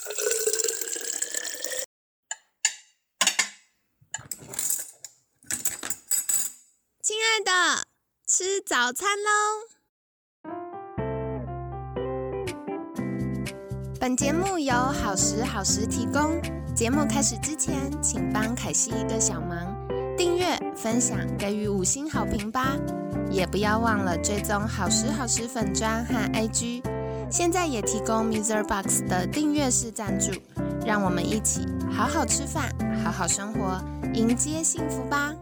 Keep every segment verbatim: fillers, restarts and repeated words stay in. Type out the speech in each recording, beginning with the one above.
亲爱的，吃早餐喽！本节目由好时好时提供。节目开始之前，请帮凯西一个小忙，订阅、分享、给予五星好评吧！也不要忘了追踪好时好时粉专和 I G。现在也提供 MixerBox 的订阅式赞助，让我们一起好好吃饭，好好生活，迎接幸福吧！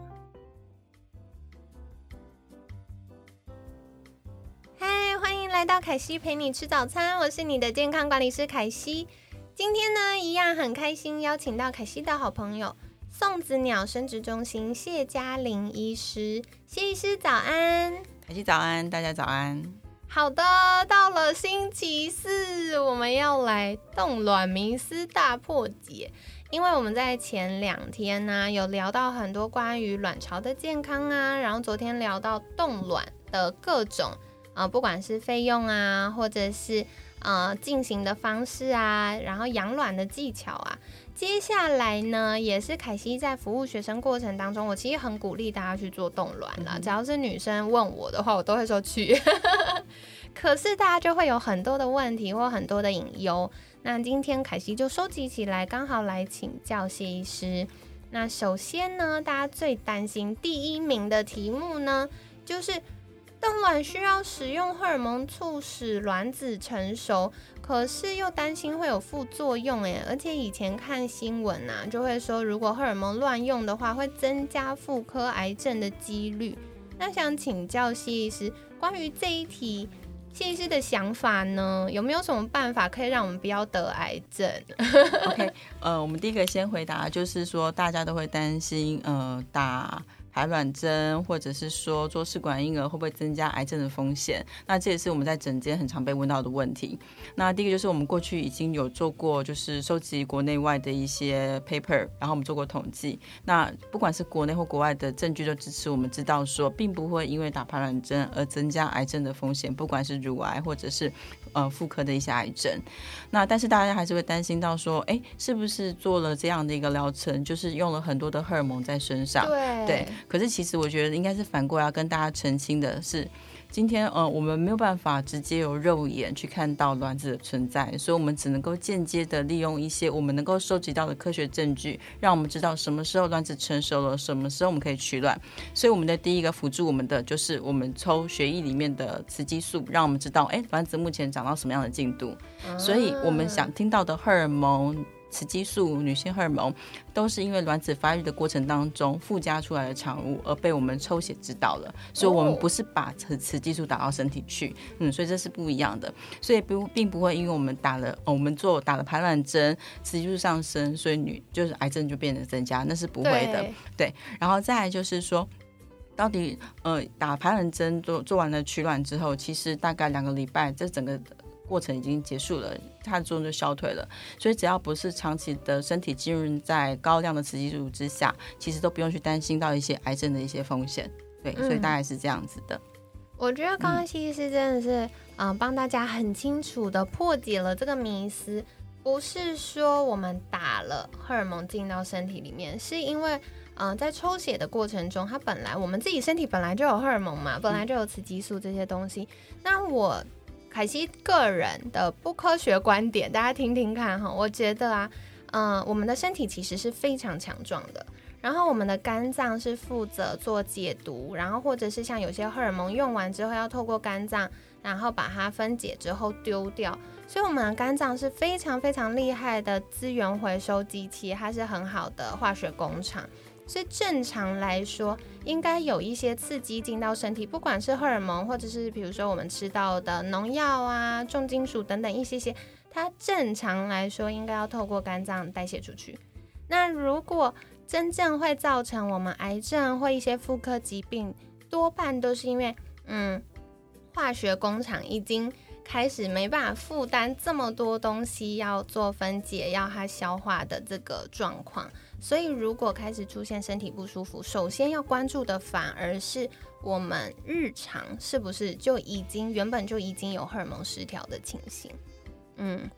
来到凯西陪你吃早餐，我是你的健康管理师凯西。今天呢，一样很开心邀请到凯西的好朋友送子鸟生殖中心谢嘉玲医师。谢医师早安。 凯西早安，大家早安。 好的，到了星期四，我们要来冻卵迷思大破解。因为我们在前两天呢、啊、有聊到很多关于卵巢的健康啊，然后昨天聊到冻卵的各种呃，不管是费用啊，或者是呃进行的方式啊，然后养卵的技巧啊，接下来呢，也是凯西在服务学生过程当中，我其实很鼓励大家去做冻卵啦。只要是女生问我的话，我都会说去。可是大家就会有很多的问题或很多的隐忧。那今天凯西就收集起来，刚好来请教谢医师。那首先呢，大家最担心第一名的题目呢，就是冻卵需要使用荷尔蒙促使卵子成熟，可是又担心会有副作用耶，而且以前看新闻啊，就会说如果荷尔蒙乱用的话，会增加妇科癌症的几率。那想请教谢医师，关于这一题，谢医师的想法呢？有没有什么办法可以让我们不要得癌症 ？OK， 呃，我们第一个先回答，就是说大家都会担心，呃，打排卵针或者是说做试管婴儿会不会增加癌症的风险？那这也是我们在诊间很常被问到的问题。那第一个就是我们过去已经有做过，就是收集国内外的一些 paper， 然后我们做过统计。那不管是国内或国外的证据都支持我们知道说，并不会因为打排卵针而增加癌症的风险，不管是乳癌或者是呃妇科的一些癌症。那但是大家还是会担心到说，哎，是不是做了这样的一个疗程，就是用了很多的荷尔蒙在身上？ 对。 对可是其实我觉得应该是反过来要跟大家澄清的是，今天呃我们没有办法直接有肉眼去看到卵子的存在，所以我们只能够间接的利用一些我们能够收集到的科学证据，让我们知道什么时候卵子成熟了，什么时候我们可以取卵。所以我们的第一个辅助我们的就是我们抽血液里面的雌激素，让我们知道哎卵子目前长到什么样的进度。啊、所以我们想听到的荷尔蒙、雌激素、女性荷尔蒙，都是因为卵子发育的过程当中附加出来的产物，而被我们抽血知道了。所以我们不是把雌激素打到身体去，嗯，所以这是不一样的。所以不并不会因为我们打了，哦、我们做打了排卵针，雌激素上升，所以女就是癌症就变得增加，那是不会的。对，对然后再来就是说。到底呃打排卵针做做完了取卵之后，其实大概两个礼拜，这整个过程已经结束了，它的作用就消退了。所以只要不是长期的身体浸润在高量的雌激素之下，其实都不用去担心到一些癌症的一些风险。对，所以大概是这样子的。嗯、 我觉得刚刚谢医师真的是嗯、呃、帮大家很清楚的破解了这个迷思，不是说我们打了荷尔蒙进到身体里面，是因为呃，在抽血的过程中，它本来我们自己身体本来就有荷尔蒙嘛，本来就有雌激素这些东西。那我凯西个人的不科学观点，大家听听看哈。我觉得啊，呃，我们的身体其实是非常强壮的，然后我们的肝脏是负责做解毒，然后或者是像有些荷尔蒙用完之后要透过肝脏，然后把它分解之后丢掉。所以我们的肝脏是非常非常厉害的资源回收机器，它是很好的化学工厂。所以正常来说，应该有一些刺激进到身体，不管是荷尔蒙，或者是比如说我们吃到的农药啊、重金属等等一些些，它正常来说应该要透过肝脏代谢出去。那如果真正会造成我们癌症或一些妇科疾病，多半都是因为嗯，化学工厂已经开始没办法负担这么多东西要做分解，要它消化的这个状况。所以如果开始出现身体不舒服，首先要关注的反而是我们日常是不是就已经原本就已经有荷尔蒙失调的情形。嗯，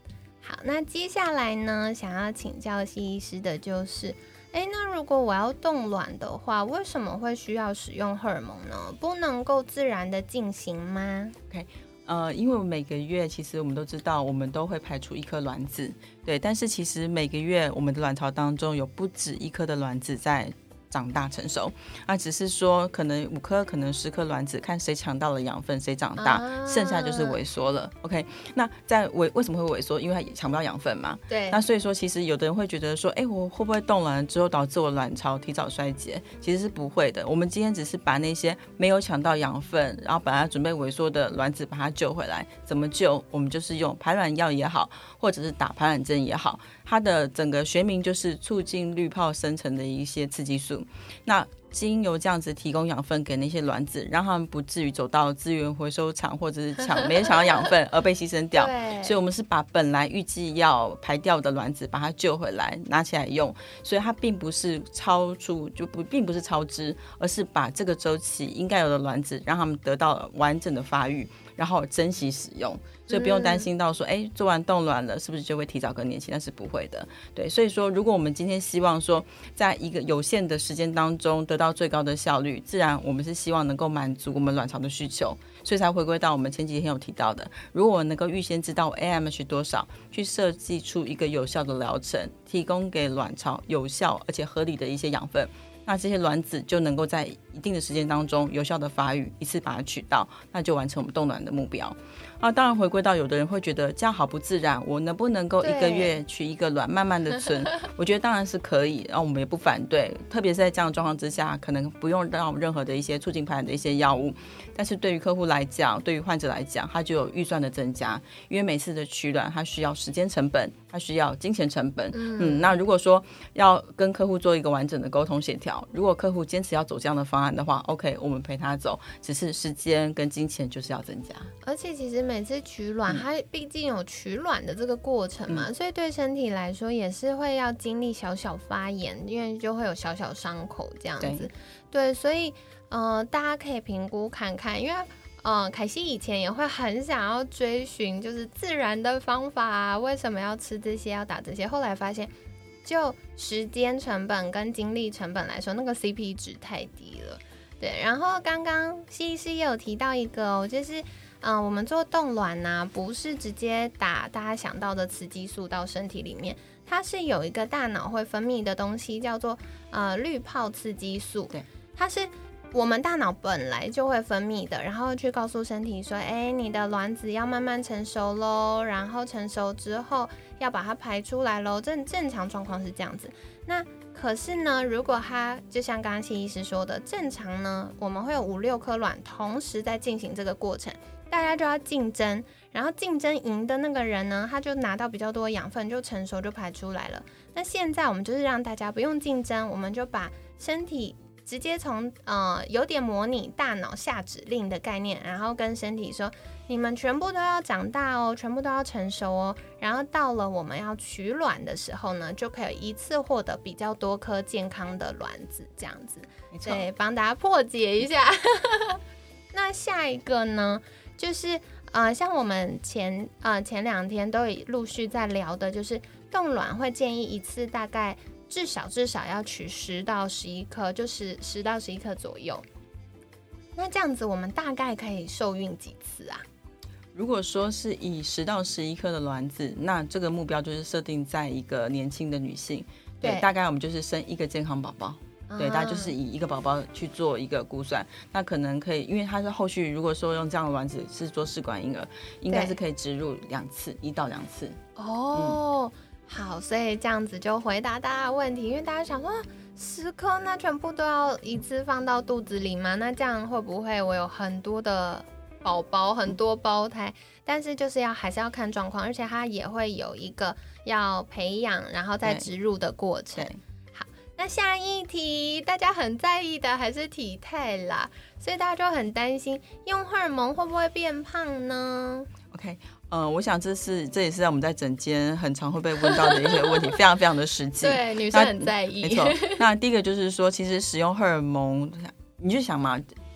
好，那接下来呢，想要请教西医师的就是，哎，那如果我要冻卵的话，为什么会需要使用荷尔蒙呢？不能够自然的进行吗 ？OK， 呃，因为每个月其实我们都知道，我们都会排出一颗卵子，对，但是其实每个月我们的卵巢当中有不止一颗的卵子在长大成熟，那只是说可能五颗可能十颗卵子，看谁抢到了养分谁长大、啊、剩下就是萎缩了。 OK， 那在萎为什么会萎缩？因为它抢不到养分嘛。 对， 那所以说其实有的人会觉得说，哎，我会不会冻卵之后导致我卵巢提早衰竭？其实是不会的，我们今天只是把那些没有抢到养分，然后本来准备萎缩的卵子把它救回来。怎么救？我们就是用排卵药也好，或者是打排卵针也好，它的整个学名就是促进滤泡生成的一些刺激素。那经由这样子提供养分给那些卵子，让他们不至于走到资源回收厂或者是抢没抢到养分而被牺牲掉。所以我们是把本来预计要排掉的卵子把它救回来拿起来用，所以它并不是超出就不并不是超支，而是把这个周期应该有的卵子让他们得到完整的发育，然后珍惜使用。所以不用担心到说，哎，做完冻卵了是不是就会提早更年期？那是不会的。对，所以说如果我们今天希望说在一个有限的时间当中得到最高的效率，自然我们是希望能够满足我们卵巢的需求，所以才回归到我们前几天有提到的，如果我能够预先知道 A M H 多少，去设计出一个有效的疗程，提供给卵巢有效而且合理的一些养分，那这些卵子就能够在一定的时间当中有效的发育，一次把它取到，那就完成我们冻卵的目标。啊，当然回归到有的人会觉得这样好不自然，我能不能够一个月取一个卵慢慢的存？我觉得当然是可以，然后我们也不反对，特别是在这样的状况之下，可能不用让任何的一些促进排卵的一些药物，但是对于客户来讲，对于患者来讲，他就有预算的增加，因为每次的取卵它需要时间成本，它需要金钱成本。嗯, 嗯那如果说要跟客户做一个完整的沟通协调，如果客户坚持要走这样的方案的话 OK， 我们陪他走，只是时间跟金钱就是要增加。 而且其实每次取卵、嗯、它毕竟有取卵的这个过程嘛、嗯、所以对身体来说也是会要经历小小发炎，因为就会有小小伤口这样子。 对, 对，所以呃，大家可以评估看看，因为呃，凯西以前也会很想要追寻就是自然的方法啊，为什么要吃这些要打这些，后来发现就时间成本跟精力成本来说，那个 C P 值太低了。对，然后刚刚西医师也有提到一个哦，就是嗯、呃，我们做冻卵啊，不是直接打大家想到的雌激素到身体里面，它是有一个大脑会分泌的东西叫做呃滤泡刺激素。 对， 它是我们大脑本来就会分泌的，然后去告诉身体说，哎，你的卵子要慢慢成熟咯，然后成熟之后要把它排出来咯，正正常状况是这样子。那可是呢，如果它就像刚刚谢医师说的，正常呢，我们会有五六颗卵同时在进行这个过程，大家就要竞争，然后竞争赢的那个人呢，他就拿到比较多养分，就成熟就排出来了。那现在我们就是让大家不用竞争，我们就把身体直接从呃有点模拟大脑下指令的概念，然后跟身体说，你们全部都要长大哦，全部都要成熟哦，然后到了我们要取卵的时候呢，就可以一次获得比较多颗健康的卵子，这样子。对，帮大家破解一下。那下一个呢，就是呃，像我们前呃前两天都有陆续在聊的，就是冻卵会建议一次大概至少至少要取十到十一颗，就是十到十一颗左右。那这样子我们大概可以受孕几次啊？ 如果说是以十到十一颗的卵子，那这个目标就是设定在一个年轻的女性， 对, 对，大概我们就是生一个健康宝宝。对，大家就是以一个宝宝去做一个估算，那可能可以，因为它是后续如果说用这样的卵子是做试管婴儿，应该是可以植入两次，一到两次。 哦、嗯，好，所以这样子就回答大家的问题，因为大家想说十颗那全部都要一次放到肚子里吗？那这样会不会我有很多的宝宝，很多胞胎？但是就是要还是要看状况，而且它也会有一个要培养然后再植入的过程。那下一题大家很在意的还是体态啦，所以大家就很担心用荷尔蒙会不会变胖呢？ OK， 呃，我想这是这也是在我们在诊间很常会被问到的一些问题，非常非常的实际。 对，女生很在意。 没错。那第一个就是说，其实使用荷尔蒙，你就想嘛，因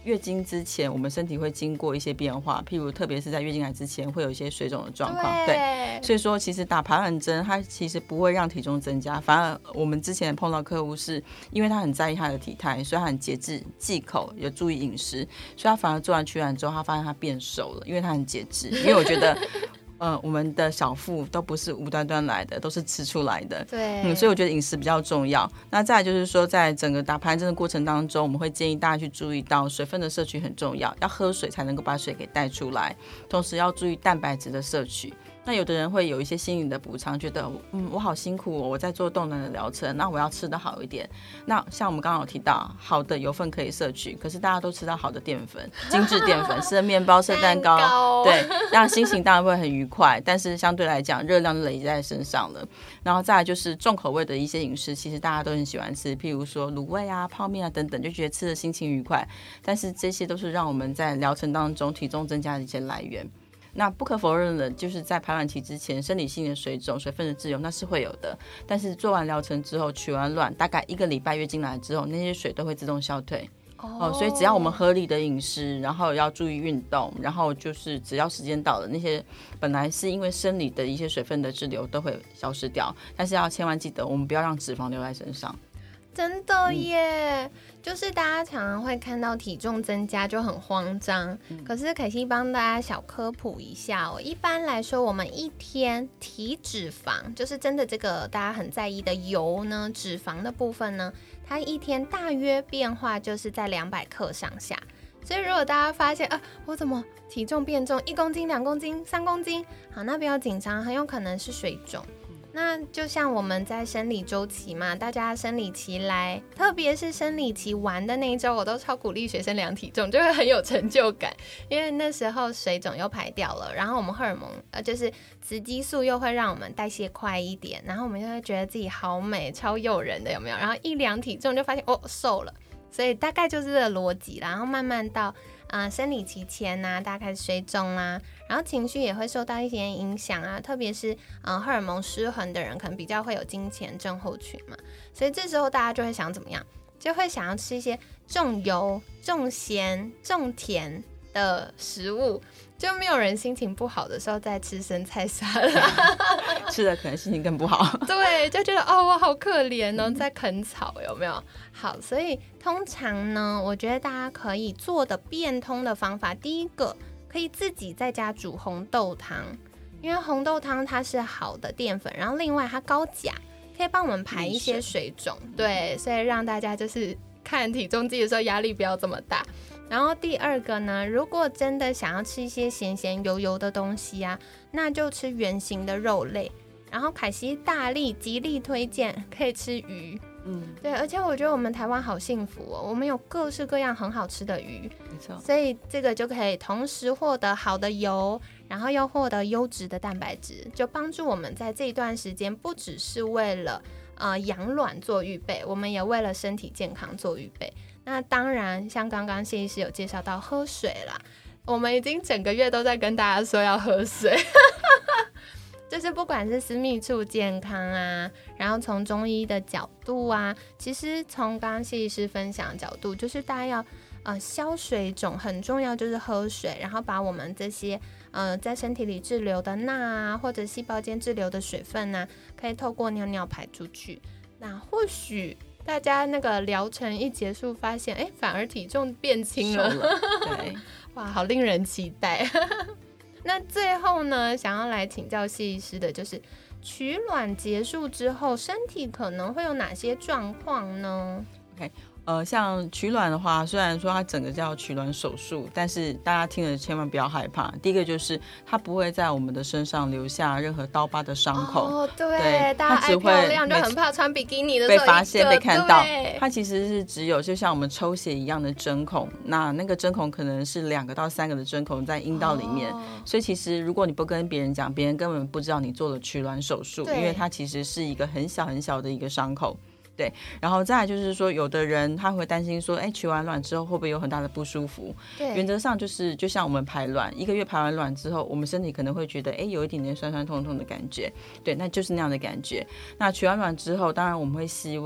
月经之前我们身体会经过一些变化，譬如特别是在月经来之前会有一些水肿的状况， 对, 对，所以说其实打排卵针它其实不会让体重增加，反而我们之前碰到客户是因为他很在意他的体态，所以他很节制忌口，有注意饮食，所以他反而做完取卵之后他发现他变瘦了，因为他很节制。因为我觉得呃，我们的小腹都不是无端端来的，都是吃出来的。 对， 嗯，所以我觉得饮食比较重要。那再来就是说，在整个打排卵针的过程当中，我们会建议大家去注意到水分的摄取很重要，要喝水才能够把水给带出来，同时要注意蛋白质的摄取。那有的人会有一些心理的补偿，觉得嗯我好辛苦哦，我在做冻卵的疗程，那我要吃得好一点。那像我们刚刚有提到，好的油分可以摄取，可是大家都吃到好的淀粉，精致淀粉，吃面包、吃蛋糕，对，让心情当然会很愉快，但是相对来讲热量累积在身上了。然后再来就是重口味的一些饮食，其实大家都很喜欢吃，譬如说卤味啊、泡面啊等等，就觉得吃的心情愉快，但是这些都是让我们在疗程当中体重增加的一些来源。那不可否认的就是在排卵期之前生理性的水肿、水分的滞留那是会有的，但是做完疗程之后取完卵大概一个礼拜月经来之后，那些水都会自动消退。哦，所以只要我们合理的饮食，然后要注意运动，然后就是只要时间到了，那些本来是因为生理的一些水分的滞留都会消失掉，但是要千万记得我们不要让脂肪留在身上。 真的耶、嗯、就是大家常常会看到体重增加就很慌张、嗯、可是凯西帮大家小科普一下哦。一般来说我们一天体脂肪，就是真的这个大家很在意的油呢，脂肪的部分呢，它一天大约变化就是在两百克上下。所以如果大家发现啊，我怎么体重变重一公斤、两公斤、三公斤，好，那不要紧张，很有可能是水肿。那就像我们在生理周期嘛，大家生理期来，特别是生理期完的那一周，我都超鼓励学生量体重，就会很有成就感，因为那时候水肿又排掉了，然后我们荷尔蒙呃就是雌激素又会让我们代谢快一点，然后我们就会觉得自己好美，超诱人的，有没有？然后一量体重就发现哦瘦了，所以大概就是这个逻辑啦。然后慢慢到呃生理期前啊，大概水肿啦，然后情绪也会受到一些影响啊，特别是呃荷尔蒙失衡的人，可能比较会有经前症候群嘛，所以这时候大家就会想怎么样，就会想要吃一些重油、重咸、重甜的食物，就没有人心情不好的时候在吃生菜沙拉， 吃的可能心情更不好。 对，就觉得哦我好可怜哦，在啃草，有没有？好，所以通常呢，我觉得大家可以做的变通的方法，第一个可以自己在家煮红豆汤，因为红豆汤它是好的淀粉，然后另外它高钾，可以帮我们排一些水肿，对，所以让大家就是看体重计的时候压力不要这么大。然后第二个呢，如果真的想要吃一些咸咸油油的东西啊，那就吃原形的肉类。然后凯西大力极力推荐可以吃鱼，嗯，对，而且我觉得我们台湾好幸福哦，我们有各式各样很好吃的鱼， 没错， 所以这个就可以同时获得好的油，然后又获得优质的蛋白质，就帮助我们在这一段时间不只是为了呃养卵做预备，我们也为了身体健康做预备。那当然像刚刚谢医师有介绍到喝水啦，我们已经整个月都在跟大家说要喝水就是不管是私密处健康啊，然后从中医的角度啊，其实从刚刚谢医师分享的角度，就是大家要呃消水肿很重要，就是喝水，然后把我们这些呃在身体里滞留的钠啊，或者细胞间滞留的水分啊，可以透过尿尿排出去。那或许大家那个疗程一结束，发现哎，反而体重变轻了， 了对， 哇，好令人期待那最后呢，想要来请教谢医师的就是取卵结束之后身体可能会有哪些状况呢？ OK， 呃，像取卵的话，虽然说它整个叫取卵手术，但是大家听了千万不要害怕。第一个就是它不会在我们的身上留下任何刀疤的伤口。 哦，对， 对， 大家爱漂亮就很怕穿比基尼的时候被发现被看到。它其实是只有就像我们抽血一样的针孔，那那个针孔可能是两个到三个的针孔在阴道里面，哦、所以其实如果你不跟别人讲，别人根本不知道你做了取卵手术，因为它其实是一个很小很小的一个伤口。对，然后再来就是说，有的人他会担心说，哎，取完卵之后会不会有很大的不舒服？对，原则上就是就像我们排卵，一个月排完卵之后，我们身体可能会觉得，哎，有一点点酸酸痛痛的感觉，对，那就是那样的感觉。那取完卵之后，当然我们会希望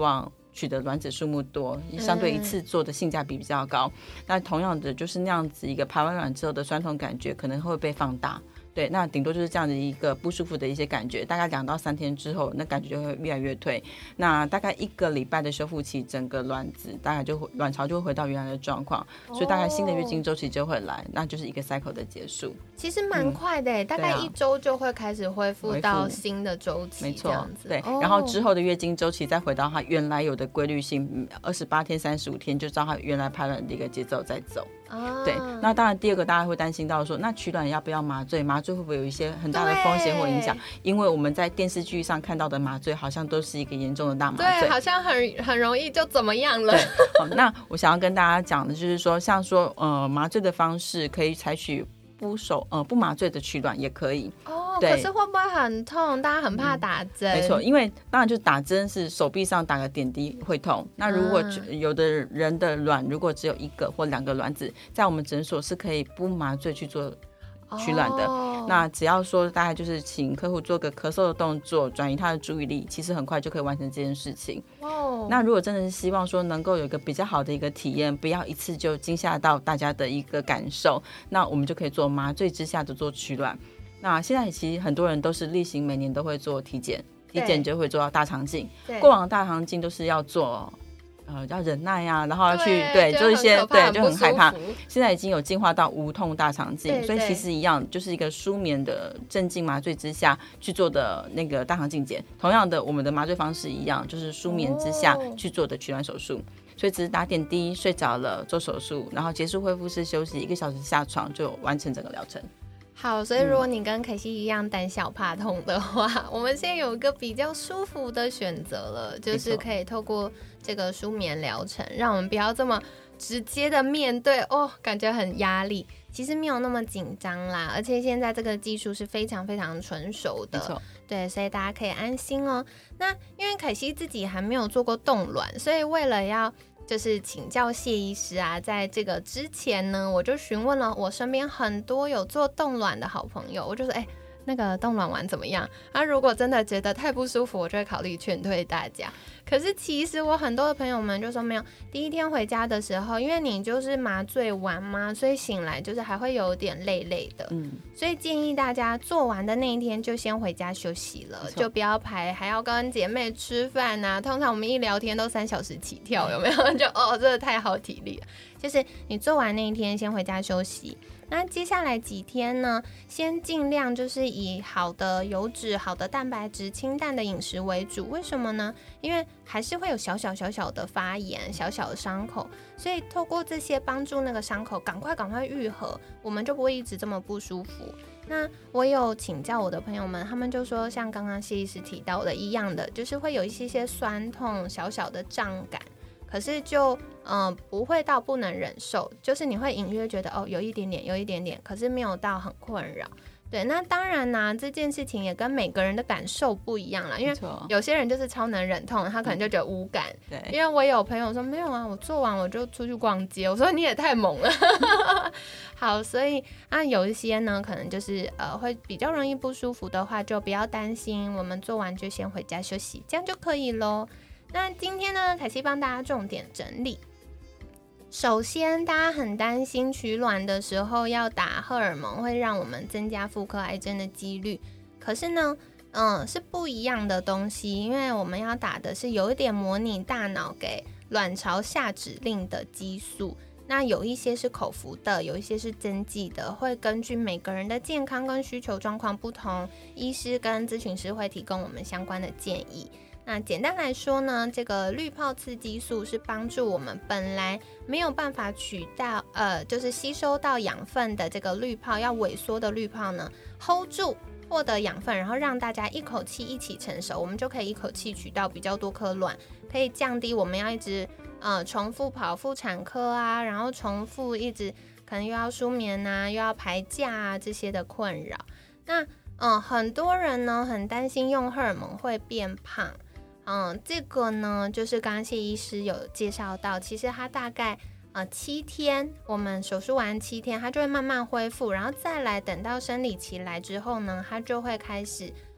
取得卵子数目多，相对一次做的性价比比较高。嗯、那同样的，就是那样子一个排完卵之后的酸痛感觉可能会被放大。对，那顶多就是这样的一个不舒服的一些感觉，大概两到三天之后，那感觉就会越来越退。那大概一个礼拜的修复期，整个卵子大概就会卵巢就会回到原来的状况，哦、所以大概新的月经周期就会来，那就是一个 cycle 的结束。 其实蛮快的、嗯、大概一周就会开始恢复到新的周期，没错， 对、哦。然后之后的月经周期再回到它原来有的规律性，二十八天、三十五天，就照它原来排卵的一个节奏在走。啊、对，那当然第二个大家会担心到说，那取卵要不要麻醉？麻醉会不会有一些很大的风险或影响？因为我们在电视剧上看到的麻醉好像都是一个严重的大麻醉， 对，好像很很容易就怎么样了。 好，那我想要跟大家讲的就是说，像说呃麻醉的方式可以采取不手呃不麻醉的取卵也可以。 哦，可是会不会很痛？大家很怕打针、嗯。 没错，因为当然就是打针是手臂上打个点滴会痛。那如果有的人的卵如果只有一个或两个卵子，在我们诊所是可以不麻醉去做取卵的。哦、那只要说大概就是请客户做个咳嗽的动作，转移他的注意力，其实很快就可以完成这件事情。哦，那如果真的是希望说能够有一个比较好的一个体验，不要一次就惊吓到大家的一个感受，那我们就可以做麻醉之下的做取卵。那现在其实很多人都是例行每年都会做体检，体检就会做到大肠镜。过往大肠镜都是要做呃要忍耐啊，然后要去 对, 对做一些对就很害怕。现在已经有进化到无痛大肠镜，所以其实一样就是一个舒眠的镇静麻醉之下去做的那个大肠镜检。同样的，我们的麻醉方式一样，就是舒眠之下去做的取卵手术。所以只是打点滴，睡着了做手术，然后结束恢复室休息一个小时下床就完成整个疗程。 好，所以如果你跟凯西一样胆小怕痛的话、嗯、我们现在有一个比较舒服的选择了，就是可以透过这个舒眠疗程，让我们不要这么直接的面对哦，感觉很压力，其实没有那么紧张啦，而且现在这个技术是非常非常纯熟的，对，所以大家可以安心哦。那因为凯西自己还没有做过冻卵，所以为了要就是请教谢医师啊，在这个之前呢，我就询问了我身边很多有做冻卵的好朋友，我就说哎、欸，那个冻卵完怎么样啊？如果真的觉得太不舒服，我就会考虑劝退大家。可是其实我很多的朋友们就说没有，第一天回家的时候，因为你就是麻醉完嘛，所以醒来就是还会有点累累的，嗯，所以建议大家做完的那一天就先回家休息了，就不要排还要跟姐妹吃饭啊。通常我们一聊天都三小时起跳，有没有？就哦，真的太耗体力了。就是你做完那一天先回家休息。那接下来几天呢，先尽量就是以好的油脂、好的蛋白质、清淡的饮食为主。为什么呢？因为还是会有小小小小的发炎、小小的伤口，所以透过这些帮助那个伤口赶快赶快愈合，我们就不会一直这么不舒服。那我有请教我的朋友们，他们就说像刚刚谢医师提到的一样的，就是会有一些些酸痛、小小的胀感，可是就嗯、呃、不会到不能忍受，就是你会隐约觉得哦有一点点有一点点，可是没有到很困扰。对，那当然啦，这件事情也跟每个人的感受不一样啦，因为有些人就是超能忍痛，他可能就觉得无感。对，因为我有朋友说没有啊，我做完我就出去逛街，我说你也太猛了。好，所以啊有一些呢，可能就是呃会比较容易不舒服的话，就不要担心，我们做完就先回家休息，这样就可以咯。那今天呢，凯西帮大家重点整理。首先，大家很担心取卵的时候要打荷尔蒙会让我们增加妇科癌症的几率，可是呢，嗯，是不一样的东西，因为我们要打的是有一点模拟大脑给卵巢下指令的激素，那有一些是口服的，有一些是针剂的，会根据每个人的健康跟需求状况不同，医师跟咨询师会提供我们相关的建议。那简单来说呢，这个滤泡刺激素是帮助我们本来没有办法取到呃，就是吸收到养分的这个滤泡，要萎缩的滤泡呢 hold 住，获得养分，然后让大家一口气一起成熟，我们就可以一口气取到比较多颗卵，可以降低我们要一直呃重复跑妇产科啊，然后重复一直可能又要舒眠啊，又要排假啊这些的困扰。那嗯，很多人呢很担心用荷尔蒙会变胖。嗯，这个呢，就是刚刚谢医师有介绍到，其实他大概呃七天，我们手术完七天，他就会慢慢恢复，然后再来等到生理期来之后呢，他就会开始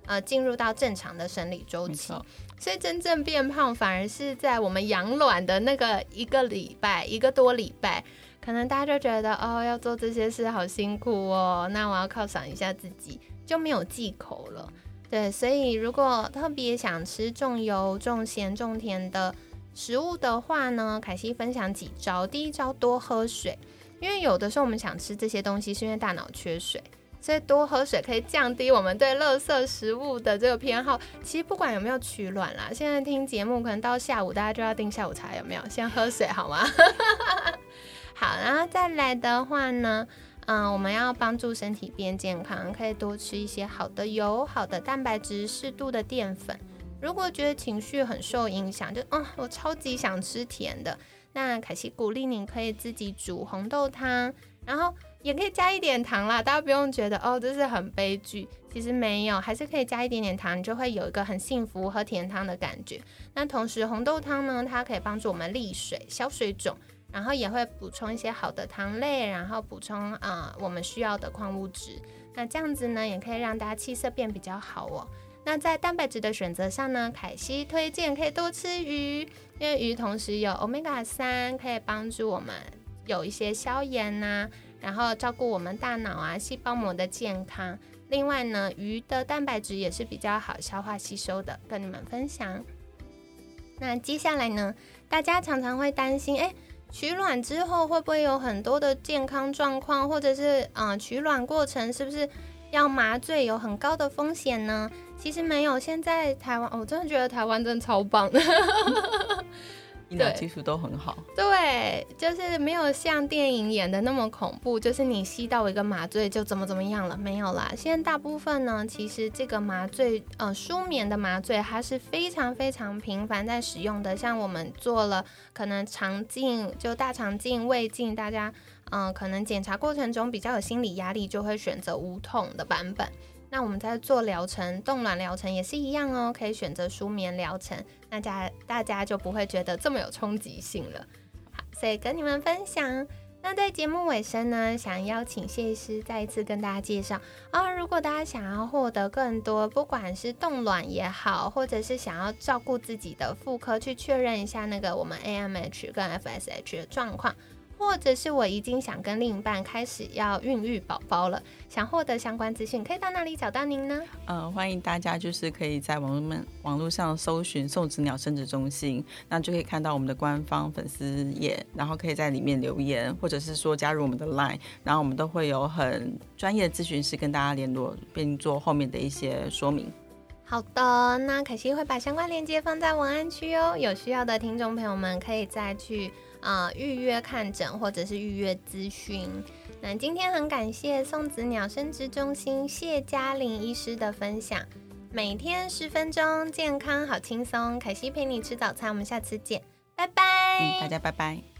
呃进入到正常的生理周期。所以真正变胖反而是在我们养卵的那个一个礼拜一个多礼拜，可能大家就觉得哦要做这些事好辛苦哦，那我要犒赏一下自己，就没有忌口了。对，所以如果特别想吃重油重咸重甜的食物的话呢，凯西分享几招。第一招，多喝水，因为有的时候我们想吃这些东西是因为大脑缺水，所以多喝水可以降低我们对垃圾食物的这个偏好。其实不管有没有取卵啦，现在听节目可能到下午大家就要订下午茶，有没有？先喝水好吗？好，然后再来的话呢，嗯，我们要帮助身体变健康，可以多吃一些好的油、好的蛋白质、适度的淀粉。如果觉得情绪很受影响，就嗯，我超级想吃甜的，那凯西鼓励你可以自己煮红豆汤，然后也可以加一点糖啦，大家不用觉得哦这是很悲剧，其实没有，还是可以加一点点糖，你就会有一个很幸福喝甜汤的感觉。那同时红豆汤呢，它可以帮助我们利水、消水肿，然后也会补充一些好的糖类，然后补充呃我们需要的矿物质。那这样子呢，也可以让大家气色变比较好哦。那在蛋白质的选择上呢，凯西推荐可以多吃鱼，因为鱼同时有 欧米伽三， 可以帮助我们有一些消炎啊，然后照顾我们大脑啊细胞膜的健康。另外呢，鱼的蛋白质也是比较好消化吸收的，跟你们分享。那接下来呢，大家常常会担心，哎，取卵之后会不会有很多的健康状况，或者是嗯取卵过程是不是要麻醉，有很高的风险呢？其实没有，现在台湾，我真的觉得台湾真的超棒的， 医疗技术都很好。 对，就是没有像电影演的那么恐怖，就是你吸到一个麻醉就怎么怎么样了，没有啦。现在大部分呢，其实这个麻醉，呃，舒眠的麻醉，它是非常非常频繁在使用的。像我们做了可能肠镜，就大肠镜、胃镜，大家，嗯、呃，可能检查过程中比较有心理压力，就会选择无痛的版本。那我们在做疗程，冻卵疗程也是一样哦，可以选择舒眠疗程，那家大家就不会觉得这么有冲击性了。好，所以跟你们分享。那在节目尾声呢，想邀请谢医师再一次跟大家介绍啊，如果大家想要获得更多，不管是冻卵也好，或者是想要照顾自己的妇科，去确认一下那个我们 A M H 跟 F S H 的状况，或者是我已经想跟另一半开始要孕育宝宝了，想获得相关资讯，可以到哪里找到您呢？ 呃，欢迎大家就是可以在网络网络上搜寻送子鸟生殖中心，那就可以看到我们的官方粉丝页，然后可以在里面留言，或者是说加入我们的 LINE， 然后我们都会有很专业的咨询师跟大家联络，并做后面的一些说明。 好的，那凯西会把相关链接放在文案区哦，有需要的听众朋友们可以再去呃预约看诊或者是预约咨询。那今天很感谢送子鸟生殖中心谢嘉玲医师的分享，每天十分钟，健康好轻松，凯西陪你吃早餐，我们下次见，拜拜。 嗯，大家拜拜。